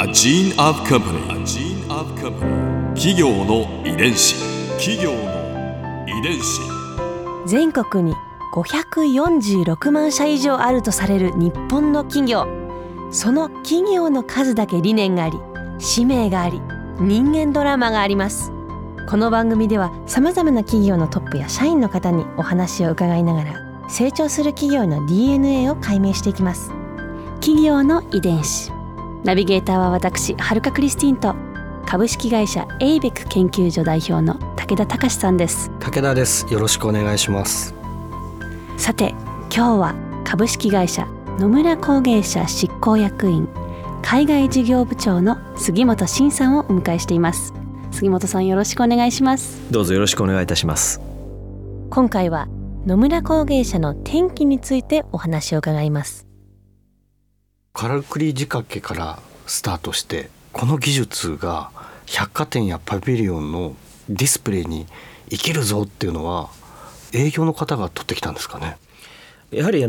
gene of company.企業の遺伝子。 全国に546万社以上あるとされる日本の企業。その企業の数だけ理念があり、使命があり、人間ドラマがあります。この番組ではさまざまな企業のトップや社員の方にお話を伺いながら、成長する企業の DNA を解明していきます。企業の遺伝子。ナビゲーターは私、はるかクリスティンと株式会社エイベック研究所代表の武田隆さんです。 武田です。よろしくお願いします。 さて、今日は株式会社野村工芸社執行役員海外事業部長の杉本真さんをお迎えしています。杉本さん、よろしくお願いします。 どうぞよろしくお願いいたします。 今回は野村工芸社の転機についてお話を伺います。 からくり仕掛けからスタートして、この技術が百貨店やパビリオンのディスプレイに生きるぞっていうのは営業の方が取ってきたんですかね。 やはり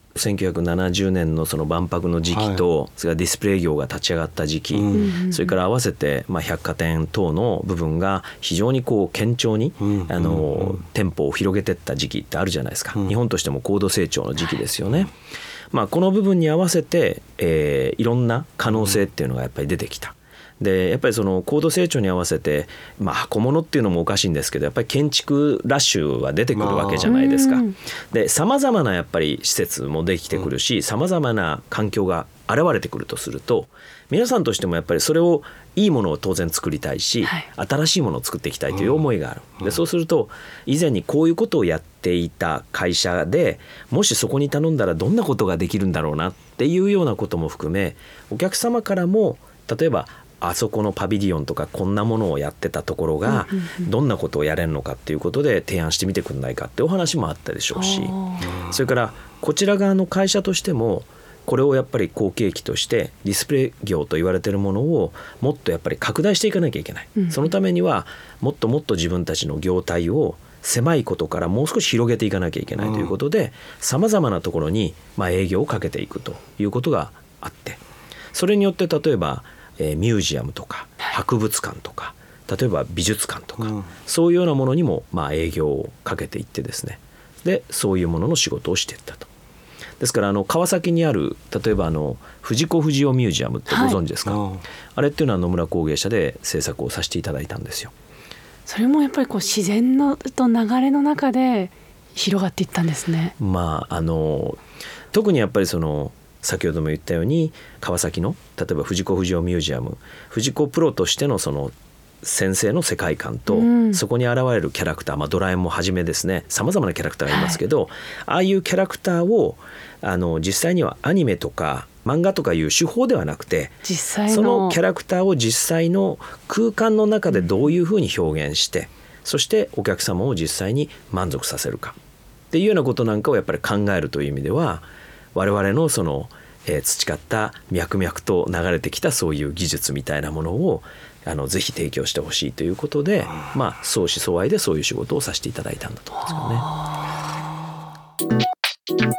1970年のその万博の時期と、それからディスプレイ業が立ち上がった時期、それから合わせて百貨店等の部分が非常に堅調に店舗を広げていった時期ってあるじゃないですか。日本としても高度成長の時期ですよね。この部分に合わせて、いろんな可能性っていうのがやっぱり出てきた。でやっぱりその高度成長に合わせて、箱物っていうのもおかしいんですけど、やっぱり建築ラッシュは出てくるわけじゃないですか。でさまざまなやっぱり施設もできてくるし、さまざまな環境が現れてくるとすると、皆さんとしてもやっぱりそれをいいものを当然作りたいし、新しいものを作っていきたいという思いがある。でそうすると、以前にこういうことをやっていた会社でもしそこに頼んだらどんなことができるんだろうなっていうようなことも含め、お客様からも例えばあそこのパビリオンとかこんなものをやってたところがどんなことをやれるのかっていうことで提案してみてくんないかってお話もあったでしょうし、それからこちら側の会社としてもこれをやっぱり好景気としてディスプレイ業と言われているものをもっとやっぱり拡大していかなきゃいけない。そのためにはもっともっと自分たちの業態を狭いことからもう少し広げていかなきゃいけないということで、さまざまなところに営業をかけていくということがあって、それによって例えばミュージアムとか博物館とか、例えば美術館とか、そういうようなものにも営業をかけていってですね、でそういうものの仕事をしていったと。ですから川崎にある例えば藤子不二雄ミュージアムってご存知ですか。あれっていうのは野村工芸社で制作をさせていただいたんですよ。 それもやっぱり自然のと流れの中で広がっていったんですね。 特にやっぱり先ほども言ったように川崎の例えば藤子不二雄ミュージアム、藤子プロとしてのその先生の世界観と、そこに現れるキャラクター、ドラえもんをはじめですね、さまざまなキャラクターがいますけど、ああいうキャラクターを実際にはアニメとか漫画とかいう手法ではなくて、そのキャラクターを実際の空間の中でどういうふうに表現して、そしてお客様を実際に満足させるかっていうようなことなんかをやっぱり考えるという意味では、我々の培った脈々と流れてきたそういう技術みたいなものをぜひ提供してほしいということで、相思相愛でそういう仕事をさせていただいたんだと思うんですけどね。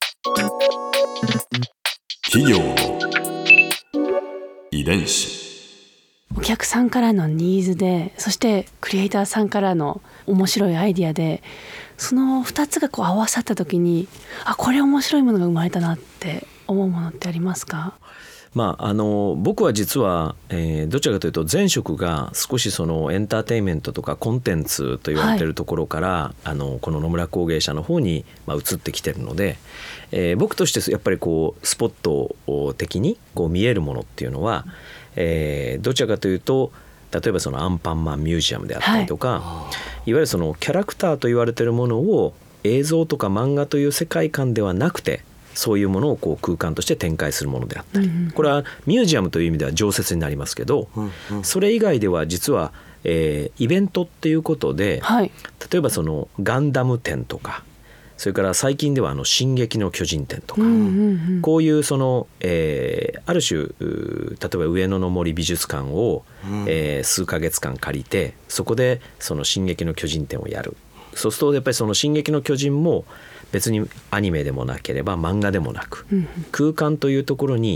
企業の遺伝子。 お客さんからのニーズで、そしてクリエイターさんからの面白いアイディアで、その2つが合わさった時に、これ面白いものが生まれたなって思うものってありますか？ 僕は実は、どちらかというと前職が少しエンターテインメントとかコンテンツと言われているところから、この野村工芸社の方に移ってきているので、僕としてやっぱりスポット的に見えるものっていうのは、どちらかというと例えばアンパンマンミュージアムであったりとか、いわゆるキャラクターと言われているものを映像とか漫画という世界観ではなくて、そういうものを空間として展開するものであったり、これはミュージアムという意味では常設になりますけど、それ以外では実は、イベントっていうことで、例えばガンダム展とか、それから最近では進撃の巨人展とか、こういうある種例えば上野の森美術館を、数ヶ月間借りて、そこで進撃の巨人展をやる。そうするとやっぱり進撃の巨人も別にアニメでもなければ漫画でもなく、空間というところに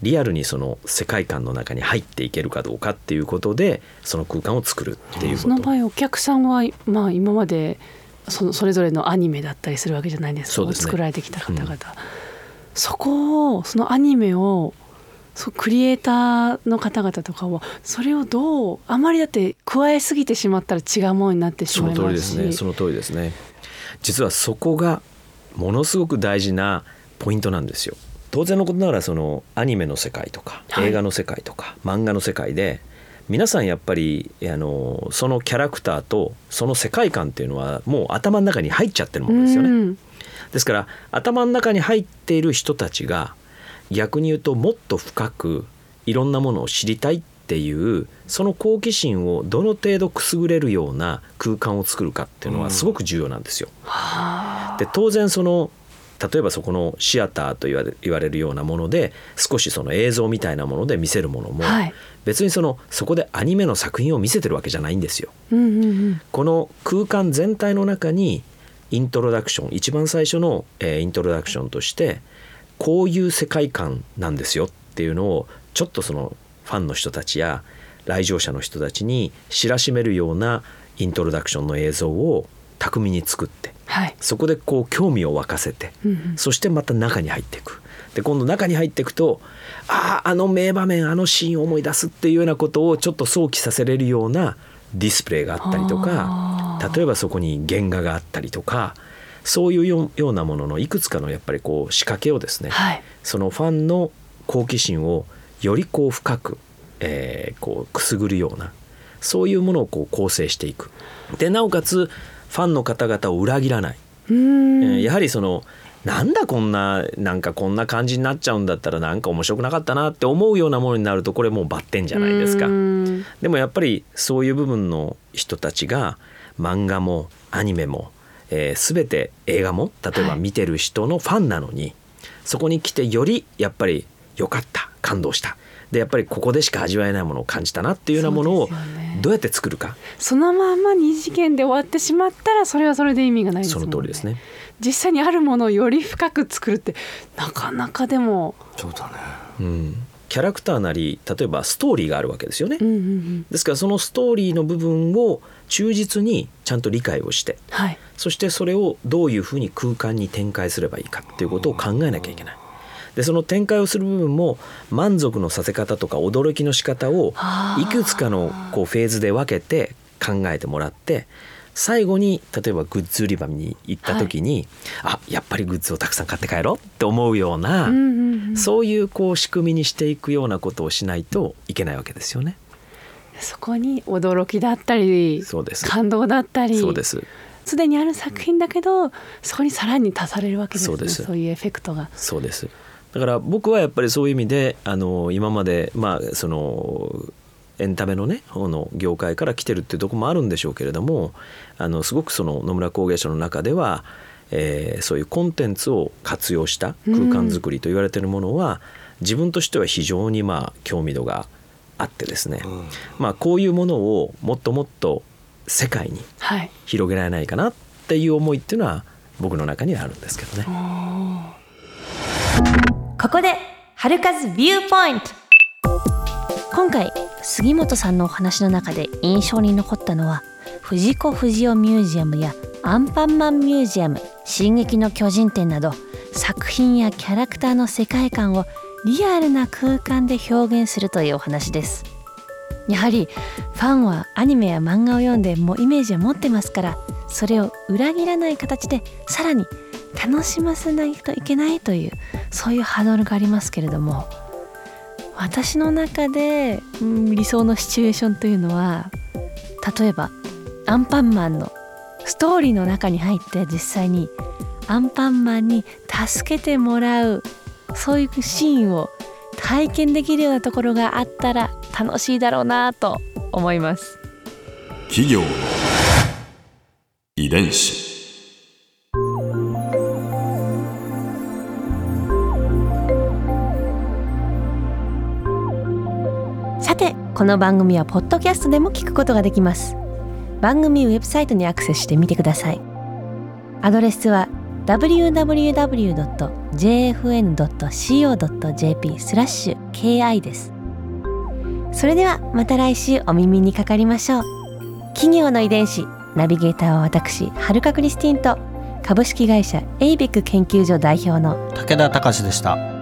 リアルにその世界観の中に入っていけるかどうかっていうことでその空間を作るっていうこと。 その場合お客さんは、今までそれぞれのアニメだったりするわけじゃないですか。 そうですね、 作られてきた方々、そのアニメをクリエイターの方々とかはそれをどう、あまりだって加えすぎてしまったら違うものになってしまいますし。 その通りですね。実はそこがものすごく大事なポイントなんですよ。当然のことながらそのアニメの世界とか映画の世界とか漫画の世界で皆さんやっぱりそのキャラクターとその世界観っていうのはもう頭の中に入っちゃってるものですよね。ですから頭の中に入っている人たちが逆に言うともっと深くいろんなものを知りたいっていうその好奇心をどの程度くすぐれるような空間を作るかっていうのはすごく重要なんですよ。で当然例えばそこのシアターと言われるようなもので少しその映像みたいなもので見せるものも、別にそこでアニメの作品を見せてるわけじゃないんですよ。この空間全体の中にイントロダクション、一番最初の、イントロダクションとしてこういう世界観なんですよっていうのをちょっとそのファンの人たちや来場者の人たちに知らしめるようなイントロダクションの映像を巧みに作って、そこで興味を湧かせて、そしてまた中に入っていく。で今度中に入っていくとあの名場面、あのシーンを思い出すっていうようなことをちょっと想起させれるようなディスプレイがあったりとか、例えばそこに原画があったりとか、そういうようなもののいくつかのやっぱり仕掛けをですね、そのファンの好奇心をより深く、くすぐるようなそういうものを構成していく。でなおかつファンの方々を裏切らない。やはりなんだなんかこんな感じになっちゃうんだったらなんか面白くなかったなって思うようなものになるとこれもうバッテンじゃないですか。でもやっぱりそういう部分の人たちが漫画もアニメも、全て映画も例えば見てる人のファンなのに、そこに来てよりやっぱり良かった、感動した、でやっぱりここでしか味わえないものを感じたなっていうようなものをどうやって作るか。 そのまま二次元で終わってしまったらそれはそれで意味がないですもんね。 その通りですね。実際にあるものをより深く作るってなかなかでも。 そうだね、 キャラクターなり例えばストーリーがあるわけですよね。ですからそのストーリーの部分を忠実にちゃんと理解をして、そしてそれをどういうふうに空間に展開すればいいかっていうことを考えなきゃいけない。でその展開をする部分も満足のさせ方とか驚きの仕方をいくつかのフェーズで分けて考えてもらって、最後に例えばグッズ売り場に行った時に、やっぱりグッズをたくさん買って帰ろうって思うような、そういう仕組みにしていくようなことをしないといけないわけですよね。 そこに驚きだったり感動だったり、すでにある作品だけどそこにさらに足されるわけですね。そういうエフェクトが。 そうです。だから僕はやっぱりそういう意味で今までエンタメのね方の業界から来てるっていうところもあるんでしょうけれども、すごく野村工芸所の中では、そういうコンテンツを活用した空間づくりと言われているものは、自分としては非常に興味度があってですね、こういうものをもっともっと世界に広げられないかなっていう思いっていうのは僕の中にはあるんですけどね。 ここで春風ビューポイント。今回杉本さんのお話の中で印象に残ったのは、藤子不二雄ミュージアムやアンパンマンミュージアム、進撃の巨人展など作品やキャラクターの世界観をリアルな空間で表現するというお話です。やはりファンはアニメや漫画を読んでもうイメージを持ってますから、それを裏切らない形でさらに楽しませないといけないという、そういうハードルがありますけれども、私の中で、理想のシチュエーションというのは、例えばアンパンマンのストーリーの中に入って実際にアンパンマンに助けてもらう、そういうシーンを体験できるようなところがあったら楽しいだろうなと思います。 企業の遺伝子。 さて、この番組はポッドキャストでも聞くことができます。番組ウェブサイトにアクセスしてみてください。アドレスは www.jfn.co.jp/ki です。それではまた来週お耳にかかりましょう。企業の遺伝子ナビゲーターは私はるかクリスティンと株式会社エイベック研究所代表の武田隆でした。